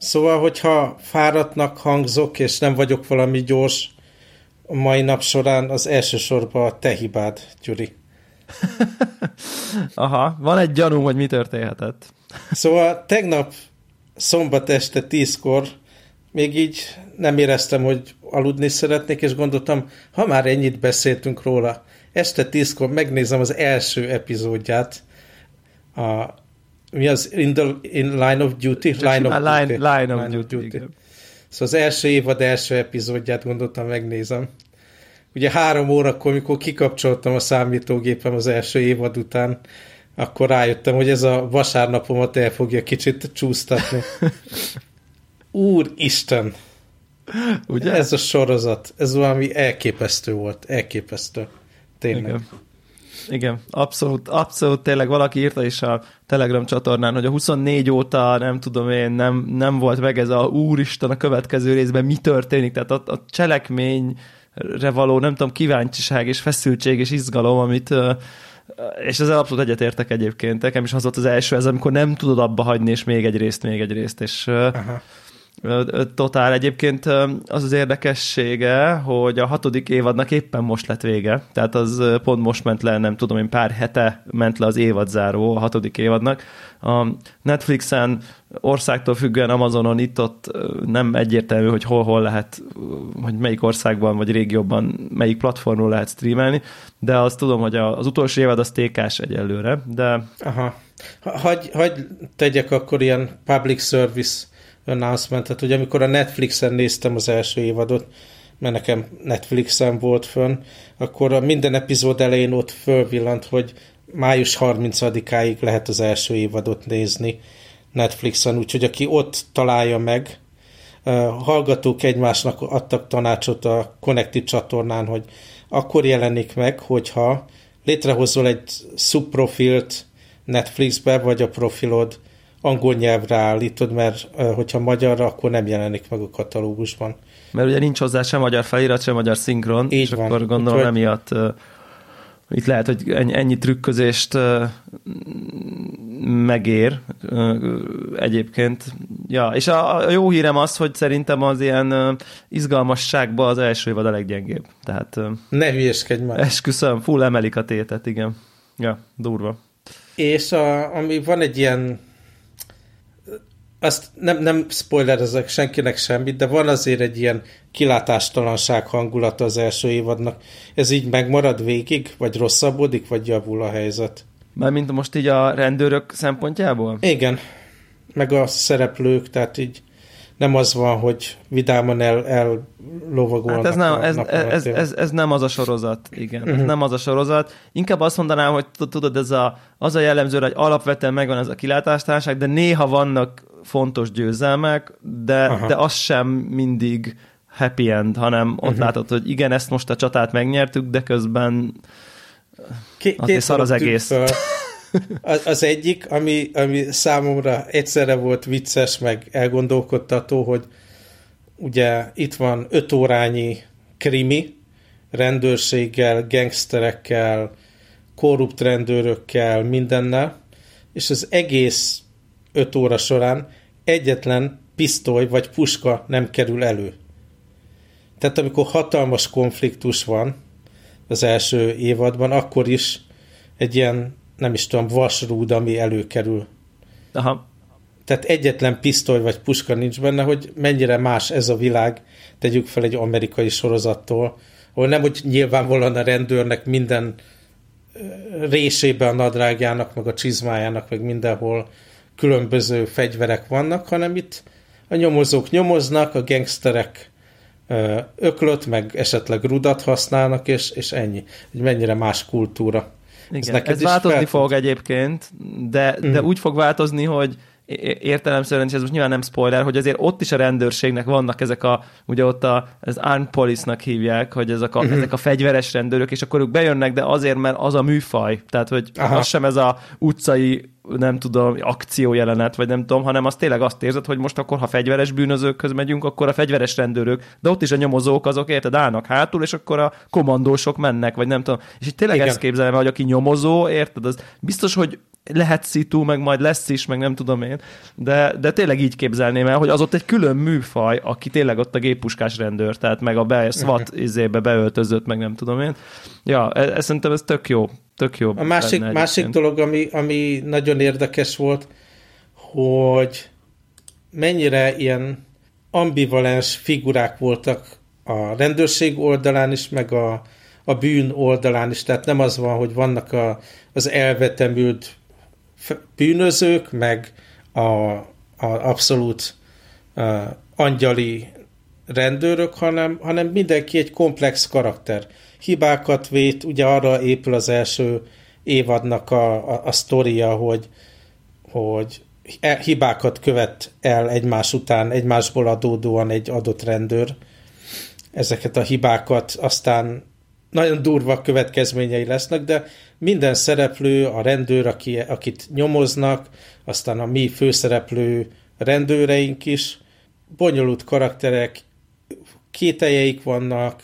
Szóval, hogyha fáradtnak hangzok, és nem vagyok valami gyors a mai nap során, az elsősorban a te hibád, Gyuri. Aha, van egy gyanúm, hogy mi történhetett. Szóval tegnap szombat este 10-kor még így nem éreztem, hogy aludni szeretnék, és gondoltam, ha már ennyit beszéltünk róla, este 10-kor megnézem az első epizódját, mi az? In Line of Duty? Line of Duty. Szóval az első évad első epizódját gondoltam, megnézem. Ugye 3 órakor, mikor kikapcsoltam a számítógépem az első évad után, akkor rájöttem, hogy ez a vasárnapomat el fogja kicsit csúsztatni. Úristen! Ugye? Ez a sorozat, ez valami elképesztő volt. Elképesztő. Tényleg. Igen, abszolút tényleg valaki írta is a Telegram csatornán, hogy a 24 óta nem tudom én, nem volt meg ez a úristen a következő részben mi történik, tehát a cselekményre való, nem tudom, kíváncsiság és feszültség és izgalom, amit és ezzel abszolút egyetértek egyébként. Nekem is az volt az első, ez amikor nem tudod abba hagyni, és még egy részt, és totál. Egyébként az érdekessége, hogy a 6. évadnak éppen most lett vége, tehát az pont most ment le, nem tudom én, pár hete ment le az évadzáró a 6. évadnak. A Netflixen országtól függően Amazonon itt-ott nem egyértelmű, hogy hol lehet, hogy melyik országban vagy régióban melyik platformról lehet streamelni, de azt tudom, hogy az utolsó évad az TK-s egyelőre, de... Aha. Hagy tegyek akkor ilyen public service announcement-et, hogy amikor a Netflixen néztem az első évadot, mert nekem Netflixen volt fönn, akkor a minden epizód elején ott fölvillant, hogy május 30-áig lehet az első évadot nézni Netflixen, úgyhogy aki ott találja meg, hallgatók egymásnak adtak tanácsot a Connected csatornán, hogy akkor jelenik meg, hogyha létrehozol egy subprofilt Netflixbe, vagy a profilod angol nyelvre állítod, mert hogyha magyarra, akkor nem jelenik meg a katalógusban. Mert ugye nincs hozzá sem magyar felirat, sem magyar szinkron, így és van. Akkor gondolom emiatt itt lehet, hogy ennyi trükközést megér egyébként. Ja, és a jó hírem az, hogy szerintem az ilyen izgalmasságban az első évad a leggyengébb. Tehát, ne hülyeskedj már. Esküszöm, full emelik a tétet, igen. Ja, durva. És ami van egy ilyen, azt nem spoilerezek senkinek semmit, de van azért egy ilyen kilátástalanság hangulata az első évadnak. Ez így megmarad végig, vagy rosszabbodik, vagy javul a helyzet? Mármint most így a rendőrök szempontjából? Igen, meg a szereplők, tehát így nem az van, hogy vidáman ellovagolnak. Hát ez nem az a sorozat, igen. Ez nem az a sorozat. Inkább azt mondanám, hogy tudod, az a jellemző, hogy alapvetően megvan ez a kilátástalanság, de néha vannak fontos győzelmek, de az sem mindig happy end, hanem ott látod, hogy igen, ezt most a csatát megnyertük, de közben azért szar az egész. Az egyik, ami számomra egyszerre volt vicces, meg elgondolkodtató, hogy ugye itt van 5 órányi krimi, rendőrséggel, gangsterekkel, korrupt rendőrökkel, mindennel, és az egész 5 óra során egyetlen pisztoly vagy puska nem kerül elő. Tehát amikor hatalmas konfliktus van az első évadban, akkor is egy ilyen, nem is tudom, vasrúd, ami előkerül. Aha. Tehát egyetlen pisztoly vagy puska nincs benne, hogy mennyire más ez a világ, tegyük fel egy amerikai sorozattól, ahol nem, hogy nyilvánvalóan a rendőrnek minden résébe a nadrágjának, meg a csizmájának, meg mindenhol különböző fegyverek vannak, hanem itt a nyomozók nyomoznak, a gangsterek öklöt, meg esetleg rudat használnak, és ennyi. Hogy mennyire más kultúra. Igen, ez változni fog egyébként, de úgy fog változni, hogy értelemszerűen, és ez most nyilván nem spoiler, hogy azért ott is a rendőrségnek vannak ezek ugye ott az armed police-nak hívják, hogy ezek a fegyveres rendőrök, és akkor ők bejönnek, de azért, mert az a műfaj. Tehát, hogy az sem ez a utcai, nem tudom, akciójelenet, vagy nem tudom, hanem az tényleg azt érzed, hogy most akkor, ha fegyveres bűnözőkhöz megyünk, akkor a fegyveres rendőrök, de ott is a nyomozók azok, érted, állnak hátul, és akkor a kommandósok mennek, vagy nem tudom. És itt tényleg ezt képzelem, hogy aki nyomozó, érted, az biztos, hogy lehet szitu, meg majd lesz is, meg nem tudom én, de tényleg így képzelném el, hogy az ott egy külön műfaj, aki tényleg ott a géppuskás rendőr, tehát meg a SWAT izébe beöltözött, meg nem tudom én. Ja, szerintem ez tök jó. A másik dolog, ami nagyon érdekes volt, hogy mennyire ilyen ambivalens figurák voltak a rendőrség oldalán is, meg a bűn oldalán is. Tehát nem az van, hogy vannak az elvetemült bűnözők, meg a abszolút angyali rendőrök, hanem mindenki egy komplex karakter. Hibákat vét, ugye arra épül az első évadnak a sztoria, hogy hibákat követ el egymás után, egymásból adódóan egy adott rendőr. Ezeket a hibákat aztán nagyon durva következményei lesznek, de minden szereplő, a rendőr, akit nyomoznak, aztán a mi főszereplő rendőreink is, bonyolult karakterek, kételjeik vannak,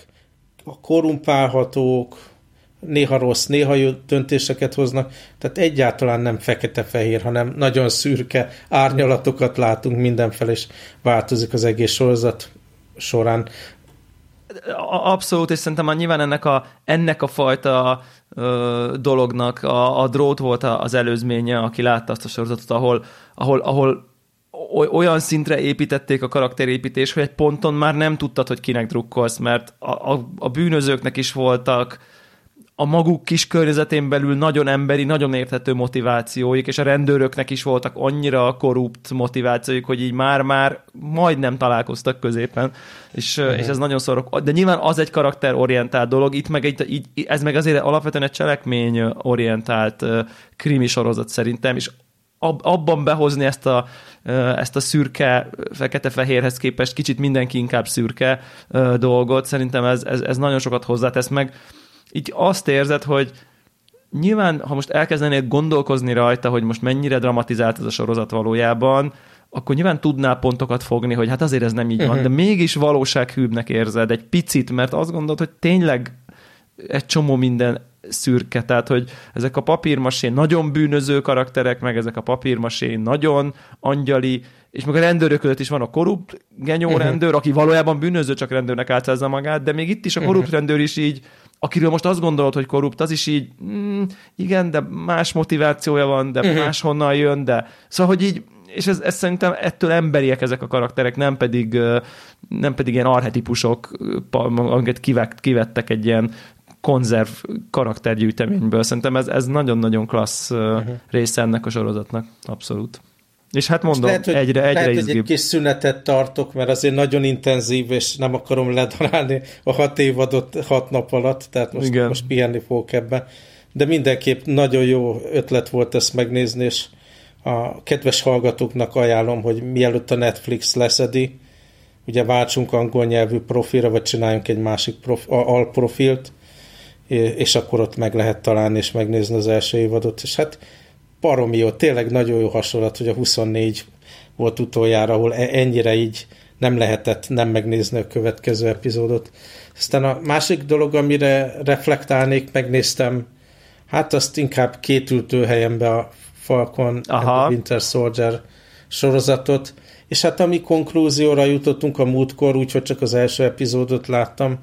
korrumpálhatók, néha rossz, néha jó döntéseket hoznak, tehát egyáltalán nem fekete-fehér, hanem nagyon szürke árnyalatokat látunk mindenfelé, és változik az egész sorozat során. Abszolút, és szerintem nyilván ennek a fajta dolognak a Drót volt az előzménye, aki látta azt a sorozatot, ahol olyan szintre építették a karakterépítés, hogy egy ponton már nem tudtad, hogy kinek drukkolsz, mert a bűnözőknek is voltak a maguk kis környezetén belül nagyon emberi, nagyon érthető motivációik, és a rendőröknek is voltak annyira korrupt motivációik, hogy így már majdnem találkoztak középen, és ez nagyon szorok. De nyilván az egy karakterorientált dolog, itt meg ez meg azért alapvetően egy cselekményorientált krimi sorozat szerintem, és abban behozni ezt a szürke, fekete-fehérhez képest kicsit mindenki inkább szürke dolgot, szerintem ez nagyon sokat hozzátesz meg. Így azt érzed, hogy nyilván, ha most elkezdenél gondolkozni rajta, hogy most mennyire dramatizált ez a sorozat valójában, akkor nyilván tudnál pontokat fogni, hogy hát azért ez nem így van, de mégis valósághűbbnek érzed egy picit, mert azt gondolod, hogy tényleg egy csomó minden szürke, tehát hogy ezek a papírmasé nagyon bűnöző karakterek, meg ezek a papírmasé nagyon angyali, és meg a rendőrök között is van a korrupt genyó rendőr, aki valójában bűnöző, csak rendőrnek álcázza magát, de még itt is a korrupt rendőr is így, akiről most azt gondolod, hogy korrupt, az is így, igen, de más motivációja van, de máshonnan jön, de szóval, hogy így, és ez szerintem ettől emberiek ezek a karakterek, nem pedig ilyen archetipusok, amiket kivettek egy ilyen konzerv karaktergyűjteményből. Szerintem ez nagyon-nagyon klassz része ennek a sorozatnak. Abszolút. És hát mondom, lehet, egyre hogy egy kis szünetet tartok, mert azért nagyon intenzív, és nem akarom ledarálni a 6 évadot 6 nap alatt, tehát most pihenni fogok ebben. De mindenképp nagyon jó ötlet volt ezt megnézni, és a kedves hallgatóknak ajánlom, hogy mielőtt a Netflix leszedi, ugye váltsunk angol nyelvű profilra, vagy csináljunk egy másik alprofilt, és akkor ott meg lehet találni, és megnézni az első évadot, és hát baromi jó, tényleg nagyon jó hasonlat, hogy a 24 volt utoljára, ahol ennyire így nem lehetett nem megnézni a következő epizódot. Aztán a másik dolog, amire reflektálnék, megnéztem, hát azt inkább kétültőhelyembe a Falcon and the Winter Soldier sorozatot, és hát ami konklúzióra jutottunk a múltkor, úgyhogy csak az első epizódot láttam,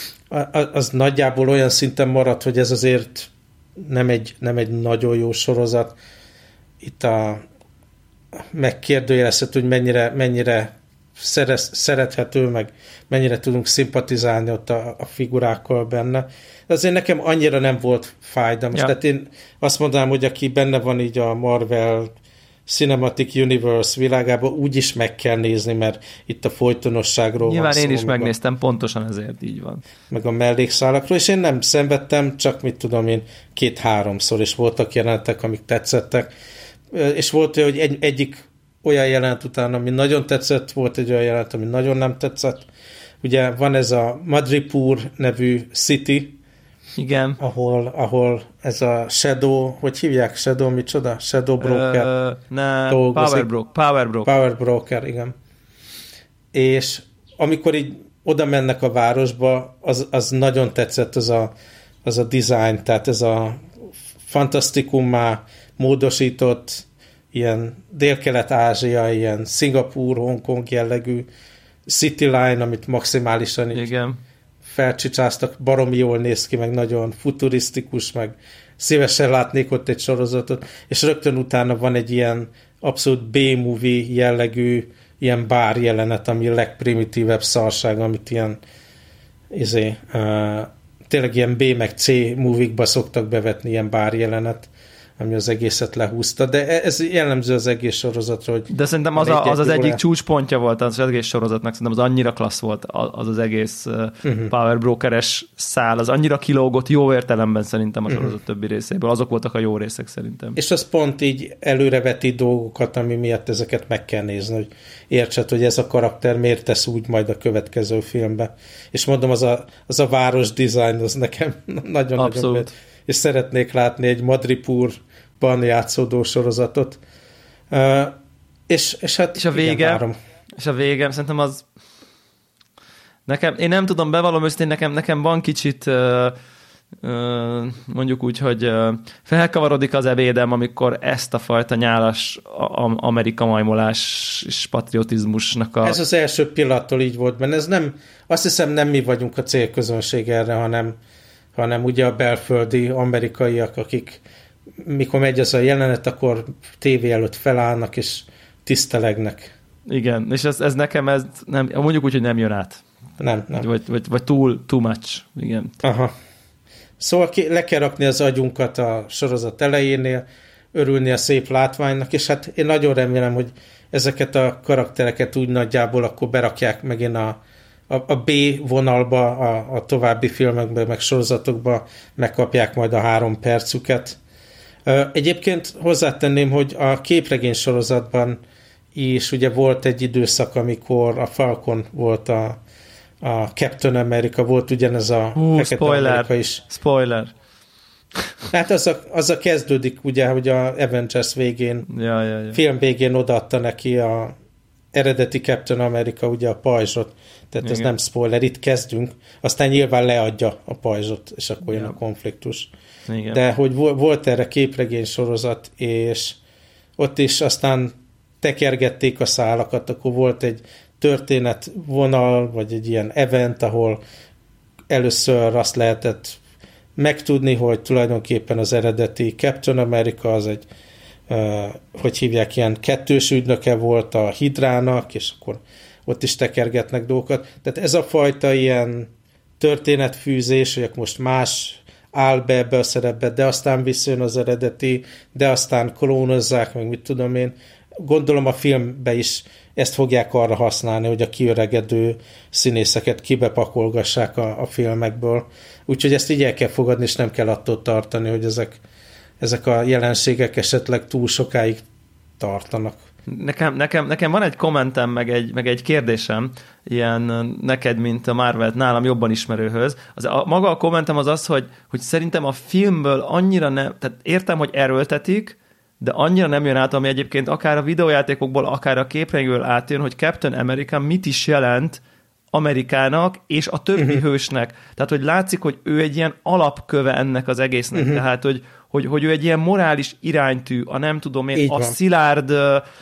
az nagyjából olyan szinten maradt, hogy ez azért nem egy nagyon jó sorozat. Itt megkérdőjelezhető, hogy mennyire szerethető, meg mennyire tudunk szimpatizálni ott a figurákkal benne. De azért nekem annyira nem volt fájdalmas. Ja. Tehát én azt mondanám, hogy aki benne van így a Marvel Cinematic Universe világában, úgyis meg kell nézni, mert itt a folytonosságról nyilván van szó. Én is megnéztem, pontosan ezért így van. Meg a mellékszálakról, és én nem szenvedtem, csak mit tudom én, 2-3-szor, és voltak jelenetek, amik tetszettek. És volt olyan, hogy egyik olyan jelent után, ami nagyon tetszett, volt egy olyan jelent, ami nagyon nem tetszett. Ugye van ez a Madripoor nevű city, igen. Ahol ez a Shadow, hogy hívják? Shadow micsoda? Shadow Broker. Power Broker, igen. És amikor így oda mennek a városba, az nagyon tetszett az a design, tehát ez a fantasztikummá módosított, ilyen Dél-Kelet-Ázsia, ilyen Szingapúr, Hongkong jellegű City Line, amit maximálisan igen. felcsicsáztak, baromi jól néz ki, meg nagyon futurisztikus, meg szívesen látnék ott egy sorozatot, és rögtön utána van egy ilyen abszolút B-movie jellegű ilyen bár jelenet, ami a legprimitívebb szarság, amit ilyen tényleg ilyen B meg C movie-kba szoktak bevetni ilyen bár jelenet, ami az egészet lehúzta, de ez jellemző az egész sorozatra, hogy... De szerintem az egyik csúcspontja volt az egész sorozatnak, szerintem az annyira klassz volt az egész Power Broker-es szál, az annyira kilógott jó értelemben szerintem a sorozat többi részéből, azok voltak a jó részek szerintem. És az pont így előrevetít dolgokat, ami miatt ezeket meg kell nézni, hogy értsed, hogy ez a karakter miért tesz úgy majd a következő filmbe. És mondom, az a város design, az nekem nagyon-nagyon... És szeretnék látni egy Madripurban játszódó sorozatot. És hát a vége szerintem az nekem, én nem tudom, bevallom őszintén, nekem van kicsit mondjuk úgy, hogy felkavarodik az ebédem, amikor ezt a fajta nyálas Amerika majmolás és patriotizmusnak Ez az első pillanattól így volt benne. Ez nem, azt hiszem nem mi vagyunk a célközönség erre, hanem ugye a belföldi amerikaiak, akik mikor megy az a jelenet, akkor tévé előtt felállnak és tisztelegnek. Igen, és ez nekem nem, mondjuk úgy, hogy nem jön át. Nem. Vagy too much. Igen. Aha. Szóval le kell rakni az agyunkat a sorozat elejénél, örülni a szép látványnak, és hát én nagyon remélem, hogy ezeket a karaktereket úgy nagyjából akkor berakják megint a B vonalba, a további filmekben, meg sorozatokban megkapják majd a 3 percüket. Egyébként hozzátenném, hogy a képregény sorozatban is ugye volt egy időszak, amikor a Falcon volt a Captain America, volt ugyanez a Fekete Amerika is. Spoiler. Hát az kezdődik ugye, hogy a Avengers végén, film végén odaadta neki a eredeti Captain America ugye a pajzsot, tehát ez nem spoiler, itt kezdünk, aztán nyilván leadja a pajzsot, és akkor jön a konfliktus. Igen. De hogy volt erre képregény sorozat, és ott is aztán tekergették a szálakat, akkor volt egy történetvonal, vagy egy ilyen event, ahol először azt lehetett megtudni, hogy tulajdonképpen az eredeti Captain America az egy hogy hívják, ilyen kettős ügynöke volt a Hydrának, és akkor ott is tekergetnek dolgokat. Tehát ez a fajta ilyen történetfűzés, hogy most más áll be ebbe a szerepbe, de aztán visszajön az eredeti, de aztán klónozzák, meg mit tudom én. Gondolom a filmbe is ezt fogják arra használni, hogy a kiöregedő színészeket kibepakolgassák a filmekből. Úgyhogy ezt így el kell fogadni, és nem kell attól tartani, hogy ezek a jelenségek esetleg túl sokáig tartanak. Nekem van egy kommentem, meg egy kérdésem, ilyen neked, mint a Marvelt nálam jobban ismerőhöz. Maga a kommentem az, hogy szerintem a filmből annyira tehát értem, hogy erőltetik, de annyira nem jön át, ami egyébként akár a videójátékokból, akár a képregényből átjön, hogy Captain America mit is jelent Amerikának és a többi hősnek. Tehát, hogy látszik, hogy ő egy ilyen alapköve ennek az egésznek. Tehát, hogy ő egy ilyen morális iránytű, nem tudom én, a szilárd,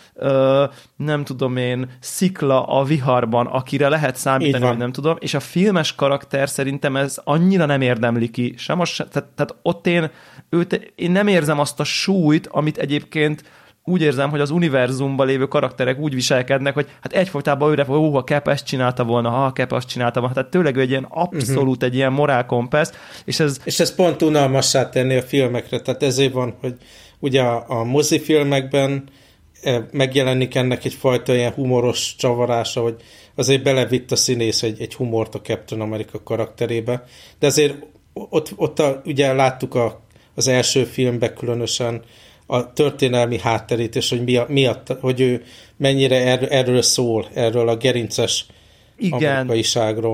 nem tudom én, szikla a viharban, akire lehet számítani, vagy nem tudom, és a filmes karakter szerintem ez annyira nem érdemli ki. Tehát ott én nem érzem azt a súlyt, amit egyébként úgy érzem, hogy az univerzumban lévő karakterek úgy viselkednek, hogy hát egyfolytában őre, hogy a Cap ezt csinálta volna, a Cap azt csinálta volna. Tehát tényleg egy ilyen abszolút egy ilyen morálkompassz. És ez pont unalmassá tenni a filmekre. Tehát ezért van, hogy ugye a mozifilmekben megjelenik ennek egyfajta ilyen humoros csavarása, hogy azért belevitt a színész egy humort a Captain America karakterébe. De azért ott ugye láttuk az első filmben különösen a történelmi hátterét, és hogy hogy ő mennyire erről szól, erről a gerinces amerikaiságról.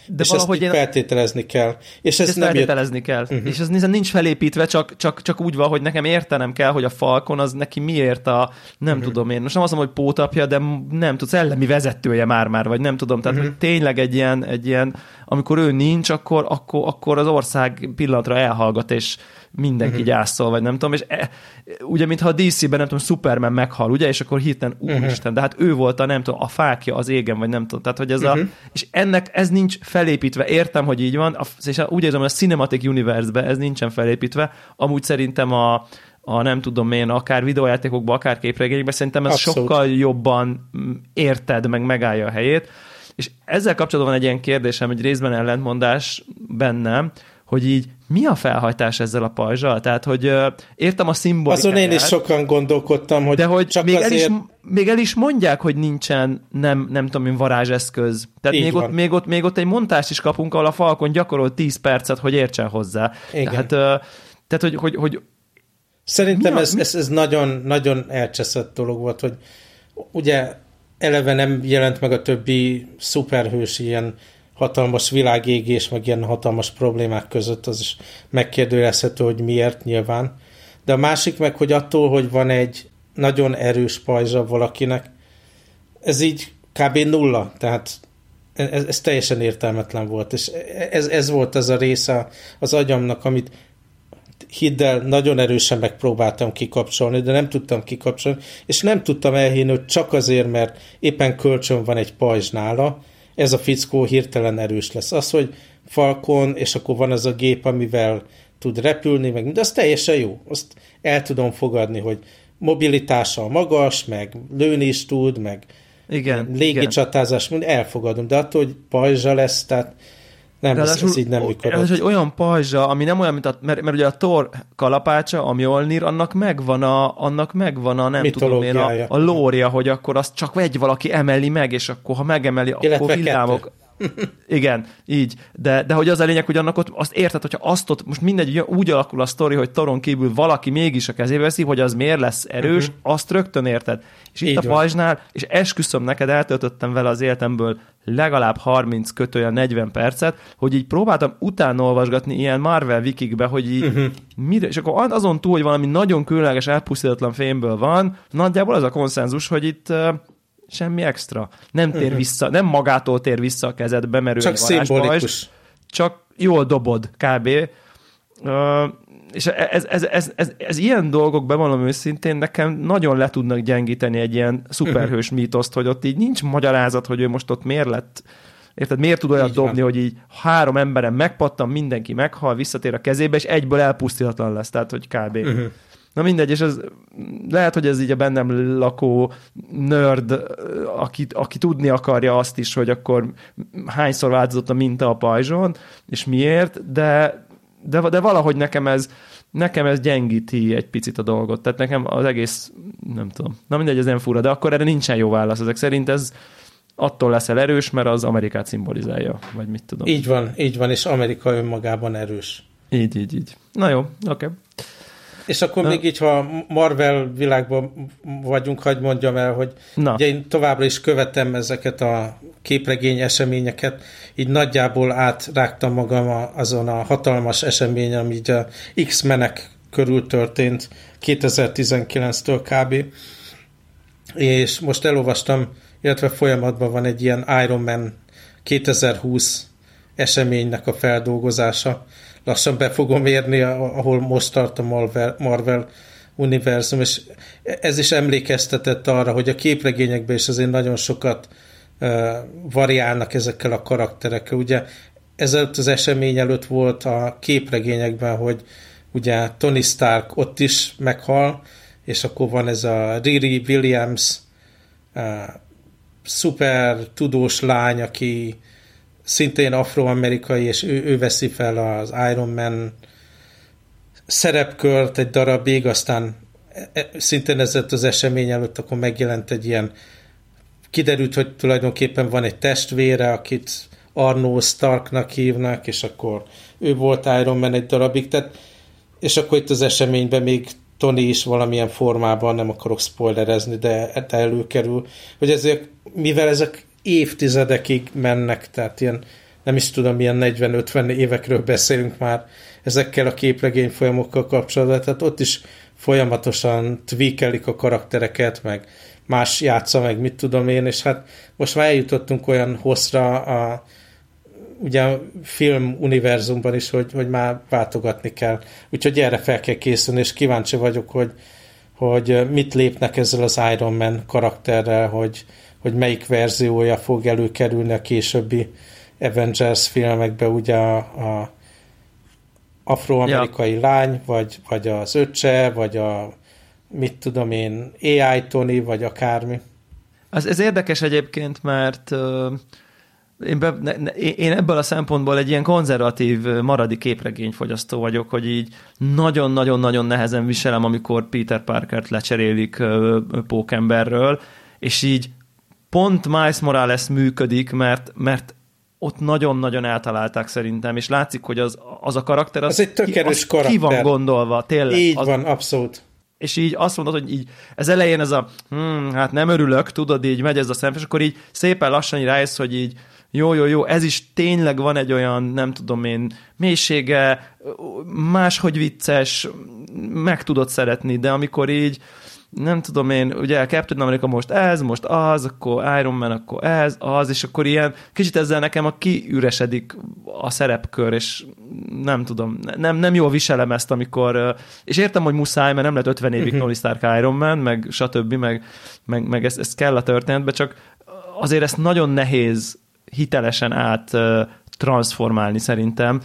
De és ezt így feltételezni kell. És ezt feltételezni kell. És ez nincs felépítve, csak úgy van, hogy nekem értenem kell, hogy a Falcon az neki miért nem tudom én. Most nem azt mondom, hogy pótapja, de nem tudsz, szellemi vezetője már, vagy nem tudom. Tehát hogy tényleg egy ilyen, amikor ő nincs, akkor az ország pillanatra elhallgat, és mindenki gyászol, vagy nem tudom, és ugye, mintha a DC-ben, nem tudom, Superman meghal, ugye, és akkor hirtelen, úristen, de hát ő volt a, nem tudom, a fákja az égen, vagy nem tudom, tehát, hogy és ez nincs felépítve, értem, hogy így van, és úgy érzem, hogy a Cinematic Universe-be ez nincsen felépítve, amúgy szerintem a nem tudom én, akár videójátékokban, akár képregényekben, szerintem ez abszolút sokkal jobban érted, meg megállja a helyét, és ezzel kapcsolatban van egy ilyen kérdésem, egy részben ellentmondás bennem, hogy így mi a felhajtás ezzel a pajzsal? Tehát, hogy értem a szimbolikáját. Azon én is sokan gondolkodtam, hogy, de hogy csak még, azért... még el is mondják, hogy nincsen nem tudom én varázseszköz. Tehát még ott egy montást is kapunk, ahol a Falcon gyakorol 10 percet, hogy értsen hozzá. Igen. Tehát hogy szerintem ez nagyon, nagyon elcseszett dolog volt, hogy ugye eleve nem jelent meg a többi szuperhős ilyen hatalmas világégés, meg ilyen hatalmas problémák között, az is megkérdőjelezhető, hogy miért nyilván. De a másik meg, hogy attól, hogy van egy nagyon erős pajzsa valakinek, ez így kb. Nulla, tehát ez teljesen értelmetlen volt, és ez volt az a része az agyamnak, amit hidd el, nagyon erősen megpróbáltam kikapcsolni, de nem tudtam kikapcsolni, és nem tudtam elhinni, hogy csak azért, mert éppen kölcsön van egy pajzs nála, ez a fickó hirtelen erős lesz. Az, hogy Falcon, és akkor van az a gép, amivel tud repülni, meg de az teljesen jó. Azt el tudom fogadni, hogy mobilitása magas, meg lőni is tud, meg légicsatázás, elfogadom, de attól, hogy pajzsa lesz, tehát nem, ez így nem működött. Ez egy olyan pajzsa, ami nem olyan, mint mert ugye a Thor kalapácsa, a Mjolnir, annak megvan a nem tudom én, a lória, hogy akkor azt csak egy valaki emeli meg, és akkor, ha megemeli, illetve akkor villámok. Igen, így. De hogy az a lényeg, hogy annak ott azt érted, hogyha azt ott, most mindegy, úgy alakul a sztori, hogy Thoron kívül valaki mégis a kezébe veszi, hogy az miért lesz erős, azt rögtön érted. És itt így a pajzsnál, és esküszöm neked, eltöltöttem vele az életemből legalább 30-40 percet, hogy így próbáltam utána olvasgatni ilyen Marvel wikikbe, hogy így mire, és akkor azon túl, hogy valami nagyon különleges, elpusztítatlan fémből van, nagyjából az a konszenzus, hogy itt semmi extra. Nem tér vissza, nem magától tér vissza a kezedbe, mert csak szimbolikus. Csak jól dobod, kb. És ez ilyen dolgok, bevallom őszintén, nekem nagyon le tudnak gyengíteni egy ilyen szuperhős mítoszt, hogy ott így nincs magyarázat, hogy ő most ott miért lett, érted, miért tud olyat dobni, hogy így 3 emberen megpattan, mindenki meghal, visszatér a kezébe, és egyből elpusztítatlan lesz, tehát hogy kb. Na mindegy, és ez, lehet, hogy ez így a bennem lakó nerd, aki tudni akarja azt is, hogy akkor hányszor változott a minta a pajzson, és miért, de valahogy nekem ez gyengíti egy picit a dolgot. Tehát nekem az egész, nem tudom. Na mindegy, ez nem fura, de akkor erre nincsen jó válasz. Ezek szerint ez attól leszel erős, mert az Amerikát szimbolizálja, vagy mit tudom. Így van, és Amerika önmagában erős. Így. Na jó, oké. És akkor még így, ha Marvel világban vagyunk, hadd mondjam el, hogy ugye én továbbra is követem ezeket a képregény eseményeket, így nagyjából átrágtam magam azon a hatalmas eseményen, ami így a X-menek körül történt 2019-től kb. És most elolvastam, illetve folyamatban van egy ilyen Iron Man 2020 eseménynek a feldolgozása. Lassan be fogom érni, ahol most tart a Marvel univerzum, és ez is emlékeztetett arra, hogy a képregényekben is azért nagyon sokat variálnak ezekkel a karakterekkel. Ugye ezelőtt az esemény előtt volt a képregényekben, hogy ugye Tony Stark ott is meghal, és akkor van ez a Riri Williams szuper tudós lány, aki szintén afroamerikai, és ő veszi fel az Iron Man szerepkört egy darabig, aztán szintén ezért az esemény előtt akkor megjelent egy ilyen, kiderült, hogy tulajdonképpen van egy testvére, akit Arno Starknak hívnak, és akkor ő volt Iron Man egy darabig, tehát, és akkor itt az eseményben még Tony is valamilyen formában, nem akarok spoilerezni, de előkerül, hogy ezért, mivel ezek évtizedekig mennek, tehát ilyen nem is tudom, milyen 40-50 évekről beszélünk már ezekkel a képregény folyamokkal kapcsolatban, tehát ott is folyamatosan tweakelik a karaktereket, meg más játsza, meg mit tudom én, és hát most már eljutottunk olyan hosszra ugye a film univerzumban is, hogy már váltogatni kell. Úgyhogy erre fel kell készülni, és kíváncsi vagyok, hogy mit lépnek ezzel az Iron Man karakterrel, hogy melyik verziója fog előkerülni a későbbi Avengers filmekbe, ugye a afroamerikai lány, vagy az öccse, vagy a mit tudom én, AI Tony, vagy akármi. Ez érdekes egyébként, mert én ebből a szempontból egy ilyen konzervatív, maradi képregényfogyasztó vagyok, hogy így nagyon-nagyon-nagyon nehezen viselem, amikor Peter Parkert lecserélik Pókemberről, és így pont Miles Morales működik, mert ott nagyon-nagyon eltalálták szerintem, és látszik, hogy az a karakter, az egy tök erős karakter. Ki van gondolva, tényleg. Így van, abszolút. És így azt mondod, hogy így ez elején ez a hát nem örülök, tudod, így megy ez a szemfés, és akkor így szépen lassan így rájössz, hogy így jó, ez is tényleg van egy olyan, nem tudom én, mélysége, máshogy vicces, meg tudod szeretni, de amikor így nem tudom én, ugye Captain America most ez, most az, akkor Iron Man, akkor ez, az, és akkor ilyen kicsit ezzel nekem kiüresedik a szerepkör, és nem tudom, nem jól viselem ezt, amikor, és értem, hogy muszáj, mert nem lehet 50 évig Tony Stark Iron Man, meg stb., meg ez kell a történetbe, csak azért ezt nagyon nehéz hitelesen át transformálni szerintem,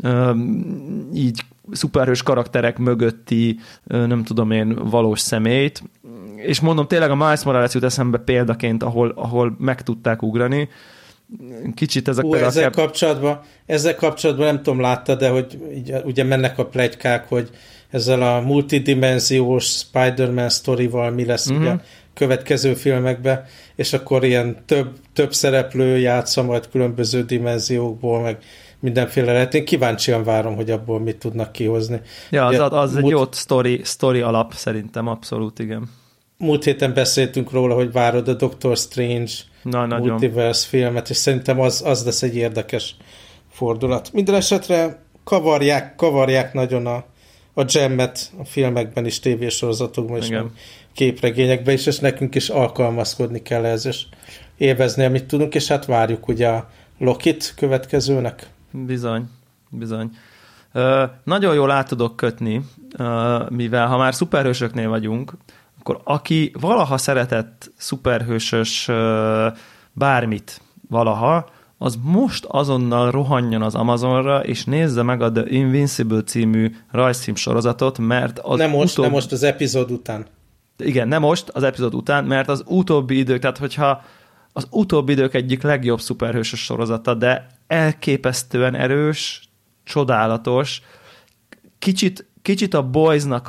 így szuperhős karakterek mögötti, nem tudom én, valós személyt. És mondom, tényleg a Miles Morales jut eszembe példaként, ahol meg tudták ugrani. Kicsit ezek ezzel kapcsolatban nem tudom, látta, de hogy ugye mennek a pletykák, hogy ezzel a multidimenziós Spider-Man sztorival mi lesz ugye a következő filmekben, és akkor ilyen több szereplő játsza majd különböző dimenziókból, meg mindenféle lehet. Én kíváncsian várom, hogy abból mit tudnak kihozni. Ja, az egy jó sztori alap szerintem, abszolút, igen. Múlt héten beszéltünk róla, hogy várod a Doctor Strange Multiverse filmet, és szerintem az lesz egy érdekes fordulat. Minden esetre kavarják nagyon a gemmet a filmekben is, tévésorozatokban is, képregényekben is, és nekünk is alkalmazkodni kell ez, és élvezni, amit tudunk, és hát várjuk ugye a Loki-t következőnek. Bizony. Nagyon jól át tudok kötni, mivel ha már szuperhősöknél vagyunk, akkor aki valaha szeretett szuperhősös bármit valaha, az most azonnal rohanjon az Amazonra, és nézze meg a The Invincible című rajzfilm sorozatot, mert az nem most az epizód után. Igen, nem most az epizód után, mert az utóbbi idők, tehát hogyha az utóbbi idők egyik legjobb szuperhősös sorozata, de elképesztően erős, csodálatos, kicsit a Boys-nak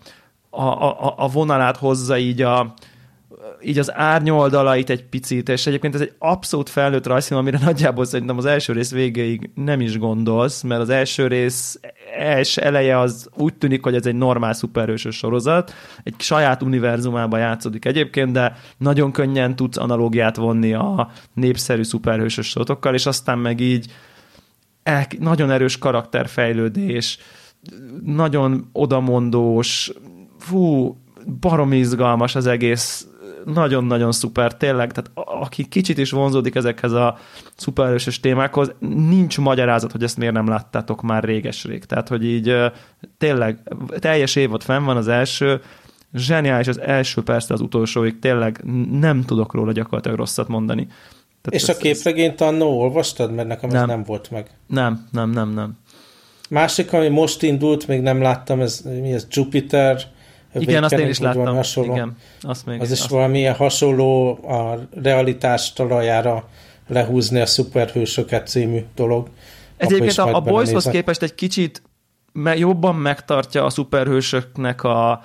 a vonalát hozza így az árnyoldalait egy picit, és egyébként ez egy abszolút felnőtt rajzfilm, amire nagyjából szerintem az első rész végéig nem is gondolsz, mert az első rész eleje az úgy tűnik, hogy ez egy normál szuperhősös sorozat, egy saját univerzumában játszódik egyébként, de nagyon könnyen tudsz analógiát vonni a népszerű szuperhősös sorozatokkal, és aztán meg így nagyon erős karakterfejlődés, nagyon odamondós, baromi izgalmas az egész, nagyon-nagyon szuper, tényleg, tehát aki kicsit is vonzódik ezekhez a szuperhősös témákhoz, nincs magyarázat, hogy ezt miért nem láttátok már réges-rég. Tehát, hogy így tényleg teljes évad fenn van az első, zseniális az első persze az utolsóig, tényleg nem tudok róla gyakorlatilag rosszat mondani. Tehát és a képregényt annó olvastad? Mert nekem ez nem volt meg. Nem. Másik, ami most indult, még nem láttam, ez Jupiter. Igen, azt én is láttam. Igen, az is valamilyen hasonló a realitás talajára lehúzni a szuperhősöket című dolog. Egyébként a Boyshoz képest egy kicsit jobban megtartja a szuperhősöknek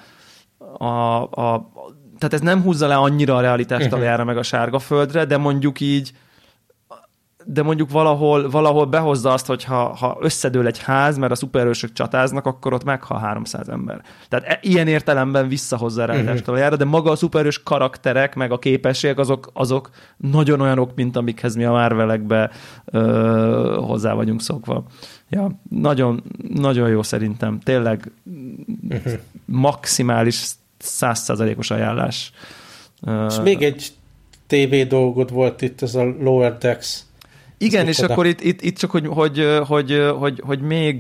tehát ez nem húzza le annyira a realitás talajára meg a sárga földre, de mondjuk így de mondjuk valahol behozza azt, hogy ha összedől egy ház, mert a szuperhősök csatáznak, akkor ott meghal 300 ember. Tehát ilyen értelemben visszahozza a ráadást valójára, de maga a szuperhős karakterek, meg a képességek, azok nagyon olyanok, mint amikhez mi a Marvelekbe hozzá vagyunk szokva. Ja, nagyon, nagyon jó szerintem. Tényleg maximális 100%-os ajánlás. És még egy TV dolgod volt itt, ez a Lower Decks. Igen, és akkor itt csak, hogy még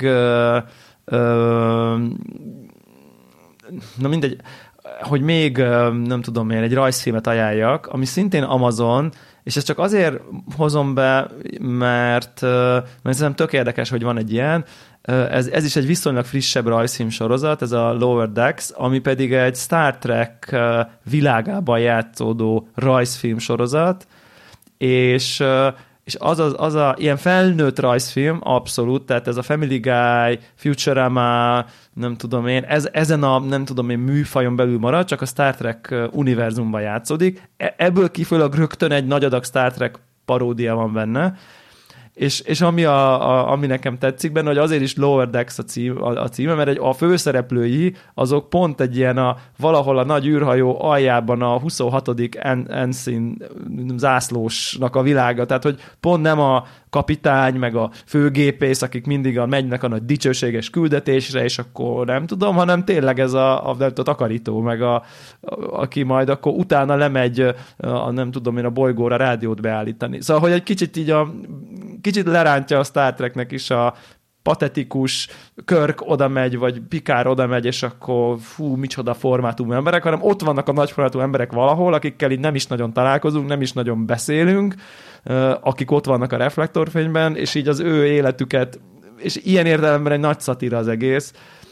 na mindegy, hogy még nem tudom én, egy rajzfilmet ajánljak, ami szintén Amazon, és ezt csak azért hozom be, mert szerintem tök érdekes, hogy van egy ilyen. Ez is egy viszonylag frissebb rajzfilm sorozat, ez a Lower Decks, ami pedig egy Star Trek világában játszódó rajzfilm sorozat, és az a ilyen felnőtt rajzfilm, abszolút, tehát ez a Family Guy, Futurama, nem tudom én, ezen a nem tudom én műfajon belül marad, csak a Star Trek univerzumban játszódik. Ebből kifolyólag rögtön egy nagy adag Star Trek paródia van benne, és ami nekem tetszik benne, hogy azért is Lower Decks a címe, mert a főszereplői azok pont egy ilyen valahol a nagy űrhajó aljában a 26. Ensign zászlósnak a világa, tehát hogy pont nem a kapitány, meg a főgépész, akik mindig mennek a nagy dicsőséges küldetésre, és akkor nem tudom, hanem tényleg ez a takarító, meg aki majd akkor utána lemegy nem tudom én a bolygóra rádiót beállítani. Szóval, hogy egy kicsit így kicsit lerántja a Star Treknek is a patetikus, Kirk oda megy, vagy Picard oda megy, és akkor micsoda formátumú emberek, hanem ott vannak a nagy formátumú emberek valahol, akikkel így nem is nagyon találkozunk, nem is nagyon beszélünk, akik ott vannak a reflektorfényben, és így az ő életüket, és ilyen értelemben egy nagy szatíra az egész.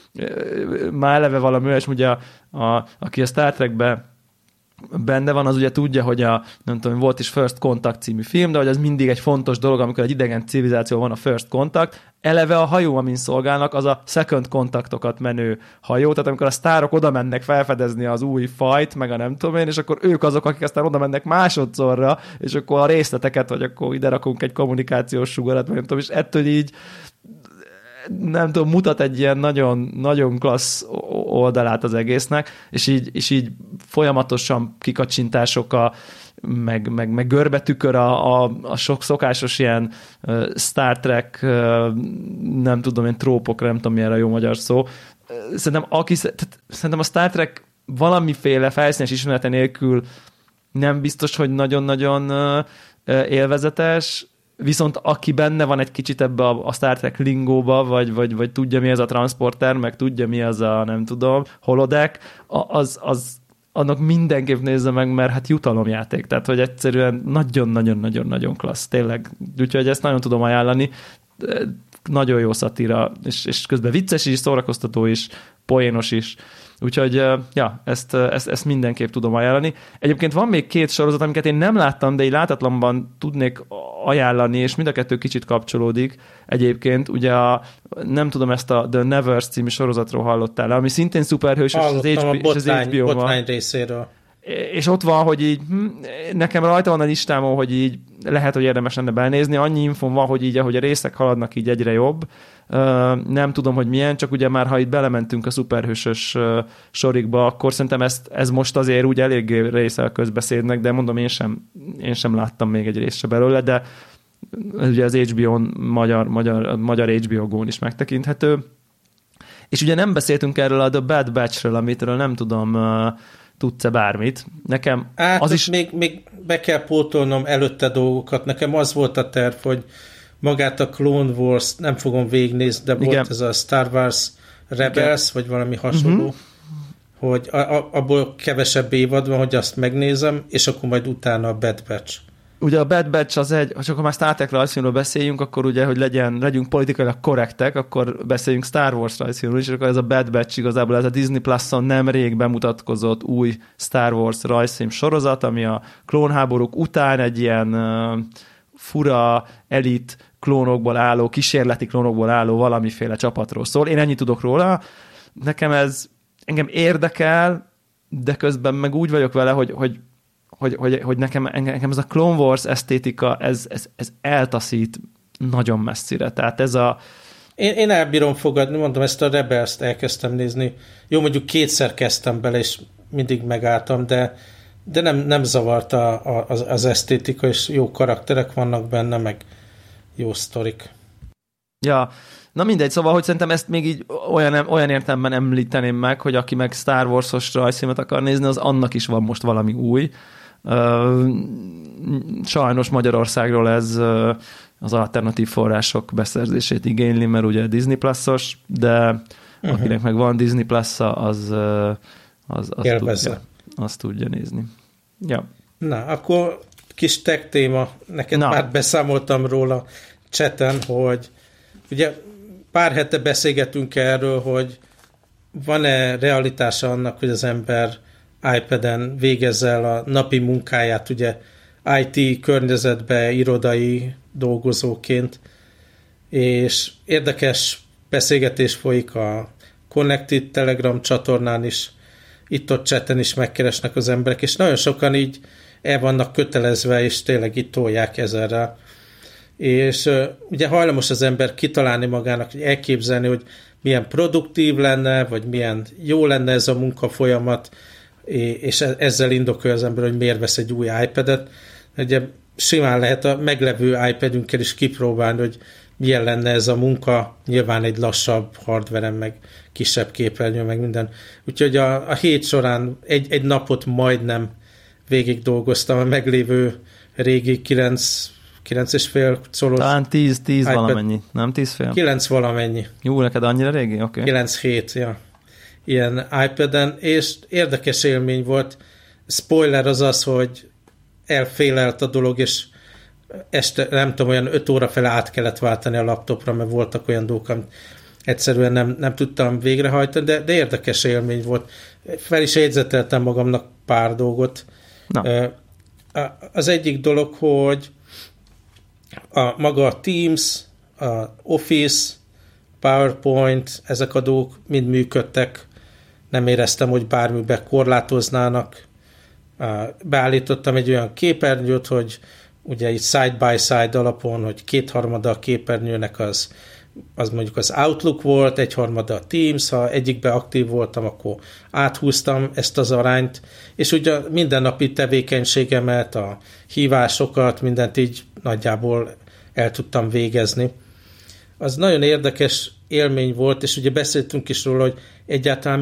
Már eleve valami olyas, ugye aki a Star Trekben benne van, az ugye tudja, hogy nem tudom, volt is First Contact című film, de hogy az mindig egy fontos dolog, amikor egy idegen civilizáció van a First Contact. Eleve a hajó, amin szolgálnak, az a Second Contactokat menő hajó, tehát amikor a sztárok oda mennek felfedezni az új fajt, meg a nem tudom én, és akkor ők azok, akik aztán oda mennek másodszorra, és akkor a részleteket, vagy akkor ide rakunk egy kommunikációs sugarat, vagy nem tudom, és ettől így nem tudom, mutat egy ilyen nagyon, nagyon klassz oldalát az egésznek, és így folyamatosan kikacsintások meg görbetükör a sok szokásos ilyen Star Trek, nem tudom én, trópokra, nem tudom milyen a jó magyar szó. Szerintem a Star Trek valamiféle felszínes ismerete nélkül nem biztos, hogy nagyon-nagyon élvezetes, viszont aki benne van egy kicsit ebbe a Star Trek lingóba, vagy tudja, mi ez a transporter, meg tudja, mi az a, nem tudom, holodeck, annak mindenképp nézze meg, mert hát jutalomjáték, tehát, hogy egyszerűen nagyon-nagyon-nagyon-nagyon klassz, tényleg. Úgyhogy ezt nagyon tudom ajánlani. Nagyon jó szatíra, és közben vicces is, szórakoztató is, poénos is. Úgyhogy, ja, ezt mindenképp tudom ajánlani. Egyébként van még 2 sorozat, amiket én nem láttam, de így látatlanban tudnék ajánlani, és mind a 2 kicsit kapcsolódik. Egyébként, ugye nem tudom, ezt a The Nevers című sorozatról hallottál, ami szintén szuperhős, és az botrány részéről. És ott van, hogy így nekem rajta van a listámon, hogy így lehet, hogy érdemes lenne belnézni. Annyi infom van, hogy így, ahogy a részek haladnak, így egyre jobb. Nem tudom, hogy milyen, csak ugye már, ha itt belementünk a szuperhősös sorikba, akkor szerintem ez most azért úgy eléggé része a közbeszédnek, de mondom, én sem láttam még egy részt se belőle, de ugye az HBO-n, magyar HBO Go-n is megtekinthető. És ugye nem beszéltünk erről a The Bad Batch-ről, amitől nem tudom, tudsz-e bármit. Nekem az is... Még be kell pótolnom előtte dolgokat. Nekem az volt a terv, hogy magát a Clone Wars nem fogom végignézni, de igen, volt ez a Star Wars Rebels, igen, vagy valami hasonló, hogy abból kevesebb évad van, hogy azt megnézem, és akkor majd utána a Bad Batch. Ugye a Bad Batch az ha csak már Star Trek rajzfilmről beszéljünk, akkor ugye, hogy legyünk politikailag korrektek, akkor beszéljünk Star Wars rajzfilmről is, és akkor ez a Bad Batch igazából ez a Disney Plus-on nemrég bemutatkozott új Star Wars rajzfilm sorozat, ami a klónháborúk után egy ilyen fura, elit klónokból álló, kísérleti klónokból álló valamiféle csapatról szól. Én ennyit tudok róla. Nekem engem érdekel, de közben meg úgy vagyok vele, hogy nekem ez a Clone Wars esztétika, ez eltaszít nagyon messzire. Tehát ez a... Én elbírom fogadni, mondom, ezt a Rebels-t elkezdtem nézni. Jó, mondjuk 2-szer kezdtem bele, és mindig megálltam, de nem zavarta az esztétika, és jó karakterek vannak benne, meg jó sztorik. Ja, na mindegy, szóval, hogy szerintem ezt még így olyan értelemben említeném meg, hogy aki meg Star Wars-os rajzfilmet akar nézni, az annak is van most valami új. Sajnos Magyarországról ez az alternatív források beszerzését igényli, mert ugye Disney Plus-os, de akinek meg van Disney Plus-a, az tudja nézni. Ja. Na, akkor kis tech téma. Neked már beszámoltam róla chaten, hogy ugye pár hete beszélgetünk erről, hogy van-e realitása annak, hogy az ember iPad-en végezze el a napi munkáját, ugye IT környezetbe, irodai dolgozóként, és érdekes beszélgetés folyik a Connected Telegram csatornán is, itt-ott chaten is megkeresnek az emberek, és nagyon sokan így el vannak kötelezve, és tényleg itt tolják ezerrel. És ugye hajlamos az ember kitalálni magának, hogy elképzelni, hogy milyen produktív lenne, vagy milyen jó lenne ez a munkafolyamat, és ezzel indokolja az ember, hogy miért vesz egy új iPad-et. Ugye simán lehet a meglevő iPad-ünkkel is kipróbálni, hogy milyen lenne ez a munka, nyilván egy lassabb hardveren, meg kisebb képernyő, meg minden. Úgyhogy a hét során egy napot majdnem végig dolgoztam a meglévő régi 9,5 colos. Talán 10 valamennyi, nem 10,5? 9 valamennyi. Jó, neked annyira régi? Okay. 9,7, ja. Ilyen iPad-en, és érdekes élmény volt. Spoiler az, hogy elfélelt a dolog, és este, nem tudom, olyan 5 óra fele át kellett váltani a laptopra, mert voltak olyan dolgok, amit egyszerűen nem tudtam végrehajtani, de érdekes élmény volt. Fel is jegyzeteltem magamnak pár dolgot. Az egyik dolog, hogy maga a Teams, a Office, PowerPoint, ezek a dolgok mind működtek. Nem éreztem, hogy bármibe korlátoznának. Beállítottam egy olyan képernyőt, hogy ugye itt side-by-side alapon, hogy 2/3 a képernyőnek az mondjuk az Outlook volt, 1/3 a Teams, ha egyikbe aktív voltam, akkor áthúztam ezt az arányt, és ugye mindennapi tevékenységemet, a hívásokat, mindent így nagyjából el tudtam végezni. Az nagyon érdekes élmény volt, és ugye beszéltünk is róla, hogy egyáltalán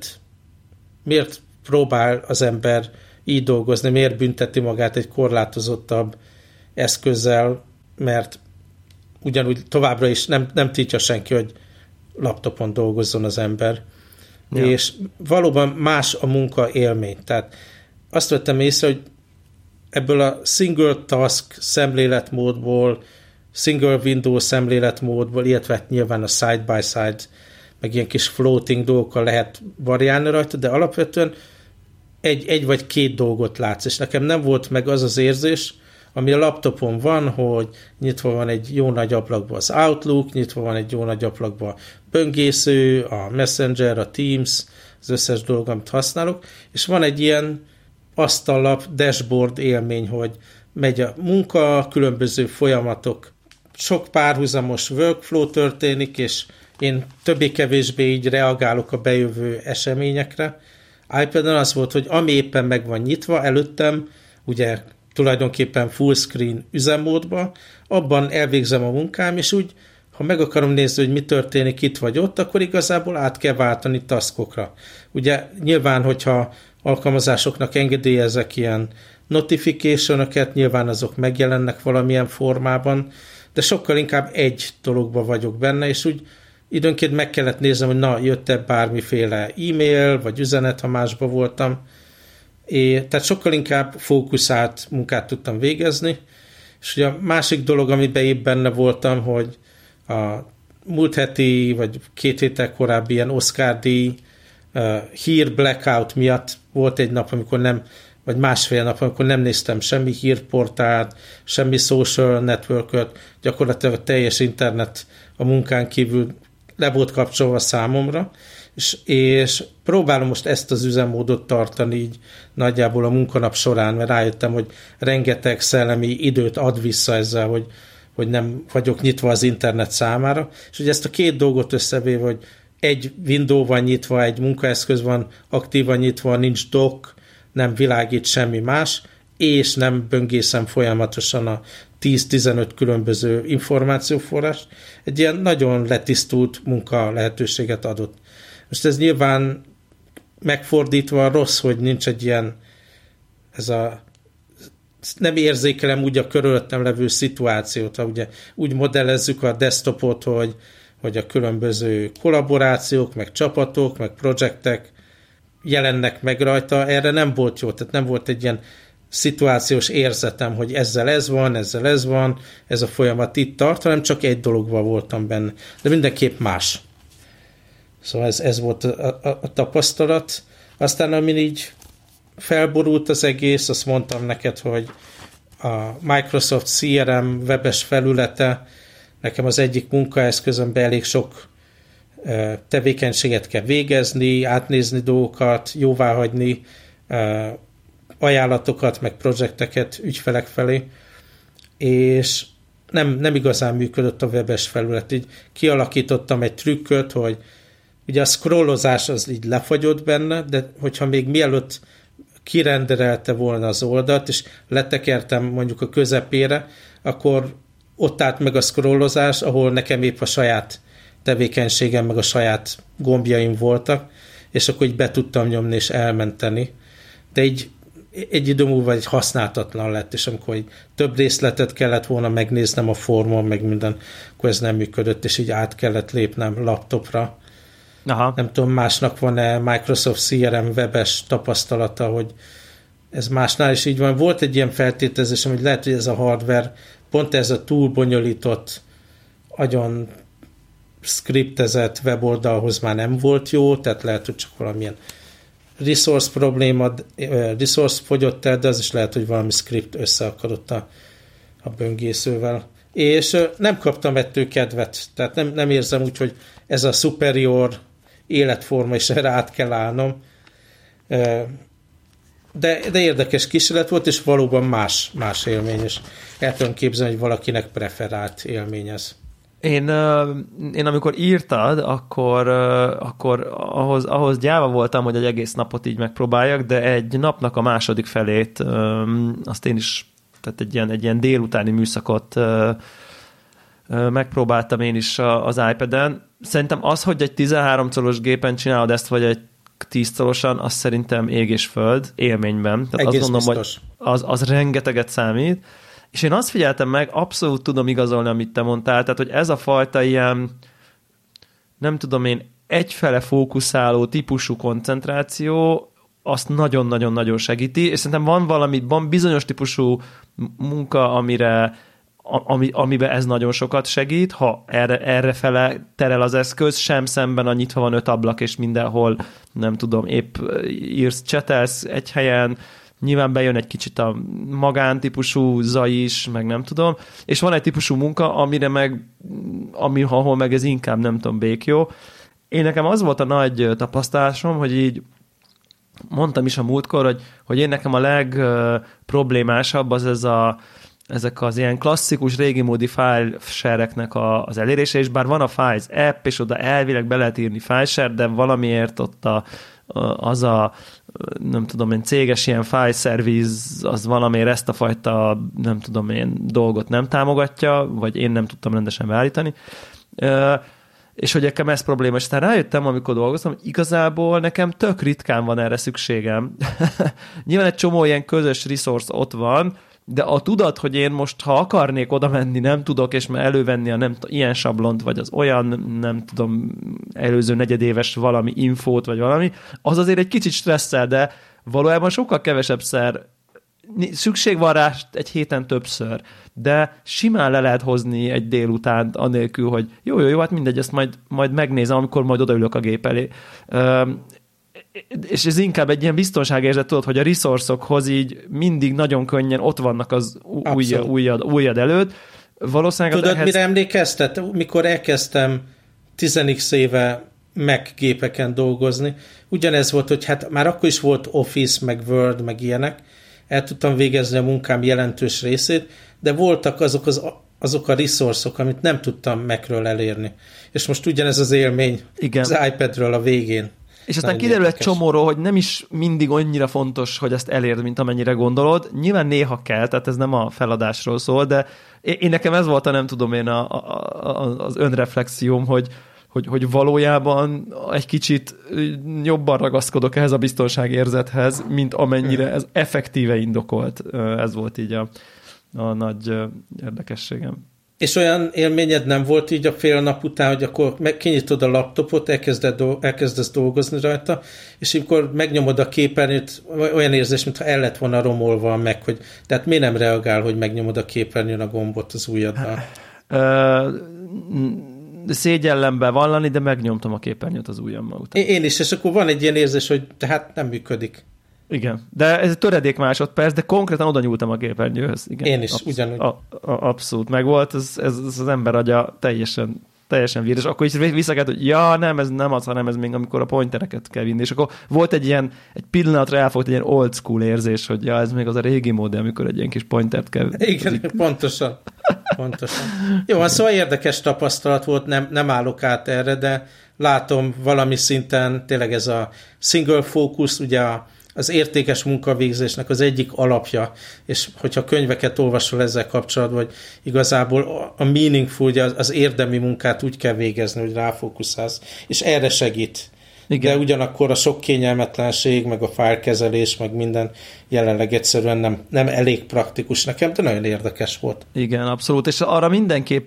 miért próbál az ember így dolgozni, miért bünteti magát egy korlátozottabb eszközzel, mert ugyanúgy továbbra is nem tiltja senki, hogy laptopon dolgozzon az ember. Ja. És valóban más a munka élmény. Tehát azt vettem észre, hogy ebből a single task szemléletmódból, single window szemléletmódból, illetve nyilván a side-by-side, meg ilyen kis floating dolgokkal lehet variálni rajta, de alapvetően egy vagy két dolgot látsz, és nekem nem volt meg az az érzés, ami a laptopon van, hogy nyitva van egy jó nagy ablakban az Outlook, nyitva van egy jó nagy ablakban a böngésző, a Messenger, a Teams, az összes dolog, amit használok, és van egy ilyen asztallap, dashboard élmény, hogy megy a munka, különböző folyamatok, sok párhuzamos workflow történik, és én többé-kevésbé így reagálok a bejövő eseményekre. iPad-en az volt, hogy ami éppen meg van nyitva előttem, ugye tulajdonképpen full screen üzemmódba, abban elvégzem a munkám, és úgy, ha meg akarom nézni, hogy mi történik itt vagy ott, akkor igazából át kell váltani taskokra. Ugye nyilván, hogyha alkalmazásoknak engedélyezek ilyen notification-öket, nyilván azok megjelennek valamilyen formában, de sokkal inkább egy dologban vagyok benne, és úgy időnként meg kellett néznem, hogy na, jött-e bármiféle e-mail, vagy üzenet, ha másba voltam. Tehát sokkal inkább fókuszált munkát tudtam végezni. És ugye a másik dolog, amiben épp benne voltam, hogy a múlt heti, vagy 2 héttel korábbi ilyen Oscar-díj hír blackout miatt volt egy nap, amikor nem, vagy másfél nap, amikor nem néztem semmi hírportált, semmi social networköt, gyakorlatilag a teljes internet a munkán kívül le volt kapcsolva számomra, és próbálom most ezt az üzemmódot tartani így nagyjából a munkanap során, mert rájöttem, hogy rengeteg szellemi időt ad vissza ezzel, hogy nem vagyok nyitva az internet számára, és hogy ezt a két dolgot összevéve, hogy egy window van nyitva, egy munkaeszköz van aktívan nyitva, nincs dock, nem világít semmi más, és nem böngészem folyamatosan a 10-15 különböző információforrás, egy ilyen nagyon letisztult munka lehetőséget adott. Most ez nyilván megfordítva rossz, hogy nincs egy ilyen, nem érzékelem úgy a körülöttem levő szituációt, ha ugye úgy modellezzük a desktopot, hogy a különböző kollaborációk, meg csapatok, meg projektek jelennek meg rajta, erre nem volt jó, tehát nem volt egy ilyen szituációs érzetem, hogy ezzel ez van, ez a folyamat itt tart, hanem csak egy dologban voltam benne. De mindenképp más. Szóval ez volt a tapasztalat. Aztán, amin így felborult az egész, azt mondtam neked, hogy a Microsoft CRM webes felülete, nekem az egyik munkaeszközömben elég sok tevékenységet kell végezni, átnézni dolgokat, jóváhagyni, ajánlatokat, meg projekteket ügyfelek felé, és nem igazán működött a webes felület. Így kialakítottam egy trükköt, hogy ugye a scrollozás az így lefagyott benne, de hogyha még mielőtt kirenderelte volna az oldalt, és letekertem mondjuk a közepére, akkor ott állt meg a scrollozás, ahol nekem épp a saját tevékenységem, meg a saját gombjaim voltak, és akkor így be tudtam nyomni és elmenteni. De így egy idő múlva egy használtatlan lett, és amikor több részletet kellett volna megnéznem a formon, meg minden, akkor ez nem működött, és így át kellett lépnem laptopra. Aha. Nem tudom, másnak van-e Microsoft CRM webes tapasztalata, hogy ez másnál is így van. Volt egy ilyen feltételezésem, hogy lehet, hogy ez a hardware, pont ez a túl bonyolított, nagyon skriptezett weboldalhoz már nem volt jó, tehát lehet, hogy csak valamilyen resource probléma, resource fogyott el, de az is lehet, hogy valami script összeakadott a böngészővel. És nem kaptam ettől kedvet, tehát nem érzem úgy, hogy ez a superior életforma, és erre át kell állnom. De érdekes kísérlet volt, és valóban más élmény, és el tudom képzelni, hogy valakinek preferált élmény ez. Én amikor írtad, akkor ahhoz gyáva voltam, hogy egy egész napot így megpróbáljak, de egy napnak a második felét azt én is, tehát egy ilyen délutáni műszakot megpróbáltam én is az iPad-en. Szerintem az, hogy egy 13 colos gépen csinálod ezt, vagy egy 10 colosan, az szerintem ég és föld élményben. Tehát egész azt gondolom, biztos. Hogy az rengeteget számít. És én azt figyeltem meg, abszolút tudom igazolni, amit te mondtál, tehát, hogy ez a fajta ilyen, nem tudom én, egyfele fókuszáló típusú koncentráció, azt nagyon-nagyon-nagyon segíti, és szerintem van bizonyos típusú munka, amiben ez nagyon sokat segít, ha errefele terel az eszköz, sem szemben a nyitva van 5 ablak, és mindenhol, nem tudom, épp írsz, csetelsz egy helyen, nyilván bejön egy kicsit a magántípusú zaj is, meg nem tudom, és van egy típusú munka, ahol meg ez inkább, nem tudom, békjó. Én nekem az volt a nagy tapasztalásom, hogy így mondtam is a múltkor, hogy én nekem a legproblémásabb az ezek az ilyen klasszikus régi módi file share-eknek az elérése, és bár van a Files app, és oda elvileg be lehet írni file share, de valamiért ott az a nem tudom én, céges ilyen file service, az valamiért ezt a fajta, nem tudom én, dolgot nem támogatja, vagy én nem tudtam rendesen beállítani. És hogy nekem ez probléma. És aztán rájöttem, amikor dolgoztam, hogy igazából nekem tök ritkán van erre szükségem. Nyilván egy csomó ilyen közös resource ott van, de a tudat, hogy én most, ha akarnék oda menni, nem tudok, és elővenni a ilyen sablont, vagy az olyan, nem tudom, előző negyedéves valami infót, vagy valami, az azért egy kicsit stresszel, de valójában sokkal kevesebbszer szükség van rá egy héten többször, de simán le lehet hozni egy délutánt anélkül, hogy jó, hát mindegy, ezt majd megnézem, amikor majd odaülök a gép elé. És ez inkább egy ilyen biztonságérzet, tudod, hogy a resource-okhoz így mindig nagyon könnyen ott vannak az ujjad előtt. Valószínűleg tudod, mire emlékeztet? Mikor elkezdtem 10x éve Mac gépeken dolgozni. Ugyanez volt, hogy hát már akkor is volt Office, meg Word, meg ilyenek. El tudtam végezni a munkám jelentős részét, de voltak azok a resource-ok, amit nem tudtam Macről elérni. És most ugyanez az élmény az iPadről a végén. És aztán kiderül egy csomóról, hogy nem is mindig annyira fontos, hogy ezt elérd, mint amennyire gondolod. Nyilván néha kell, tehát ez nem a feladásról szól, de én nekem ez volt nem tudom én az önreflexióm, hogy valójában egy kicsit jobban ragaszkodok ehhez a biztonságérzethez, mint amennyire ez effektíve indokolt. Ez volt így a nagy érdekességem. És olyan élményed nem volt így a fél nap után, hogy akkor kinyitod a laptopot, elkezdesz dolgozni rajta, és amikor megnyomod a képernyőt, olyan érzés, mintha el lett volna romolva meg, hogy tehát miért nem reagál, hogy megnyomod a képernyőn a gombot az ujjaddal? Szégyellem bevallani, de megnyomtam a képernyőt az ujjammal után. Én is, és akkor van egy ilyen érzés, hogy tehát nem működik. Igen, de ez egy töredék másodperc, de konkrétan oda nyúltam a képernyőhöz. Igen, én is, ugyanúgy. Abszolút megvolt, ez az ember agya teljesen vír, és akkor is visszakelt, hogy ja, nem, ez nem az, hanem ez még amikor a pointereket kell vinni, és akkor volt egy pillanatra elfogott egy ilyen old school érzés, hogy ja, ez még az a régi mód, amikor egy ilyen kis pointert kell. Igen, pontosan. Jó, szóval érdekes tapasztalat volt, nem állok át erre, de látom valami szinten tényleg ez a single focus, ugye az értékes munkavégzésnek az egyik alapja, és hogyha könyveket olvasol ezzel kapcsolatban, hogy igazából a meaningful, ugye az érdemi munkát úgy kell végezni, hogy ráfókuszálsz, és erre segít. Igen. De ugyanakkor a sok kényelmetlenség, meg a fájlkezelés, meg minden jelenleg egyszerűen nem elég praktikus nekem, de nagyon érdekes volt. Igen, abszolút, és arra mindenképp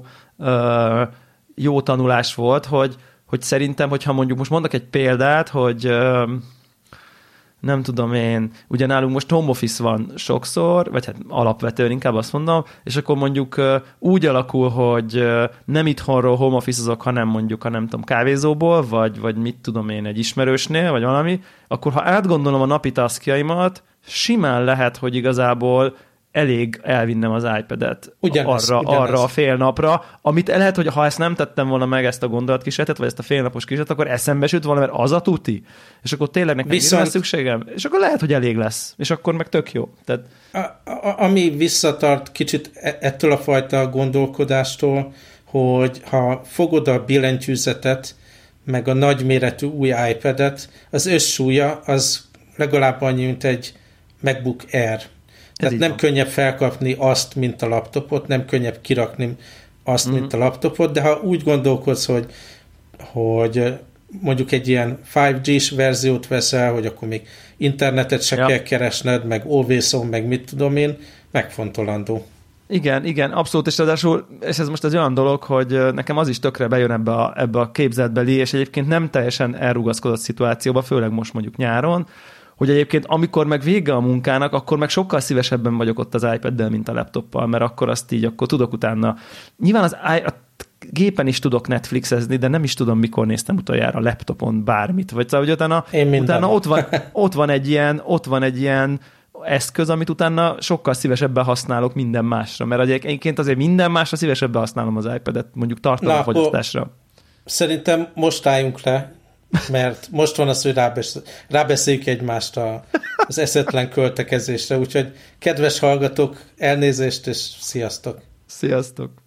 jó tanulás volt, hogy szerintem, hogyha mondjuk most mondok egy példát, hogy nem tudom én, ugye nálunk most home office van sokszor, vagy hát alapvetően inkább azt mondom, és akkor mondjuk úgy alakul, hogy nem itthonról home office-ozok, hanem mondjuk, nem tudom, kávézóból, vagy mit tudom én, egy ismerősnél, vagy valami, akkor ha átgondolom a napi taskjaimat, simán lehet, hogy igazából elég elvinnem az iPad-et arra a fél napra, amit lehet, hogy ha ezt nem tettem volna meg, ezt a gondolatkísérletet, vagy ezt a félnapos kísérletet, akkor eszembe süt volna, mert az a tuti, és akkor tényleg nekem van szükségem, és akkor lehet, hogy elég lesz, és akkor meg tök jó. Tehát... Ami visszatart kicsit ettől a fajta gondolkodástól, hogy ha fogod a billentyűzetet, meg a nagyméretű új iPad-et, az összsúlya az legalább annyi, mint egy MacBook Air. Tehát nem könnyebb felkapni azt, mint a laptopot, nem könnyebb kirakni azt, mint a laptopot, de ha úgy gondolkodsz, hogy mondjuk egy ilyen 5G-s verziót veszel, hogy akkor még internetet se kell keresned, meg OVS-on, meg mit tudom én, megfontolandó. Igen, abszolút, és ráadásul, és ez most egy olyan dolog, hogy nekem az is tökre bejön ebbe a képzetbeli, és egyébként nem teljesen elrugaszkodott szituációba, főleg most mondjuk nyáron, hogy egyébként amikor meg vége a munkának, akkor meg sokkal szívesebben vagyok ott az iPad-del, mint a laptoppal, mert akkor azt így, akkor tudok utána. Nyilván a gépen is tudok Netflixezni, de nem is tudom, mikor néztem utoljára a laptopon bármit. Vagy szóval, hogy utána ott van egy ilyen eszköz, amit utána sokkal szívesebben használok minden másra, mert egyébként azért minden másra szívesebben használom az iPad-et, mondjuk tartalomfogyasztásra. Szerintem most álljunk le, mert most van az, hogy rábeszéljük egymást az eszetlen költekezésre, úgyhogy kedves hallgatók, elnézést és sziasztok! Sziasztok!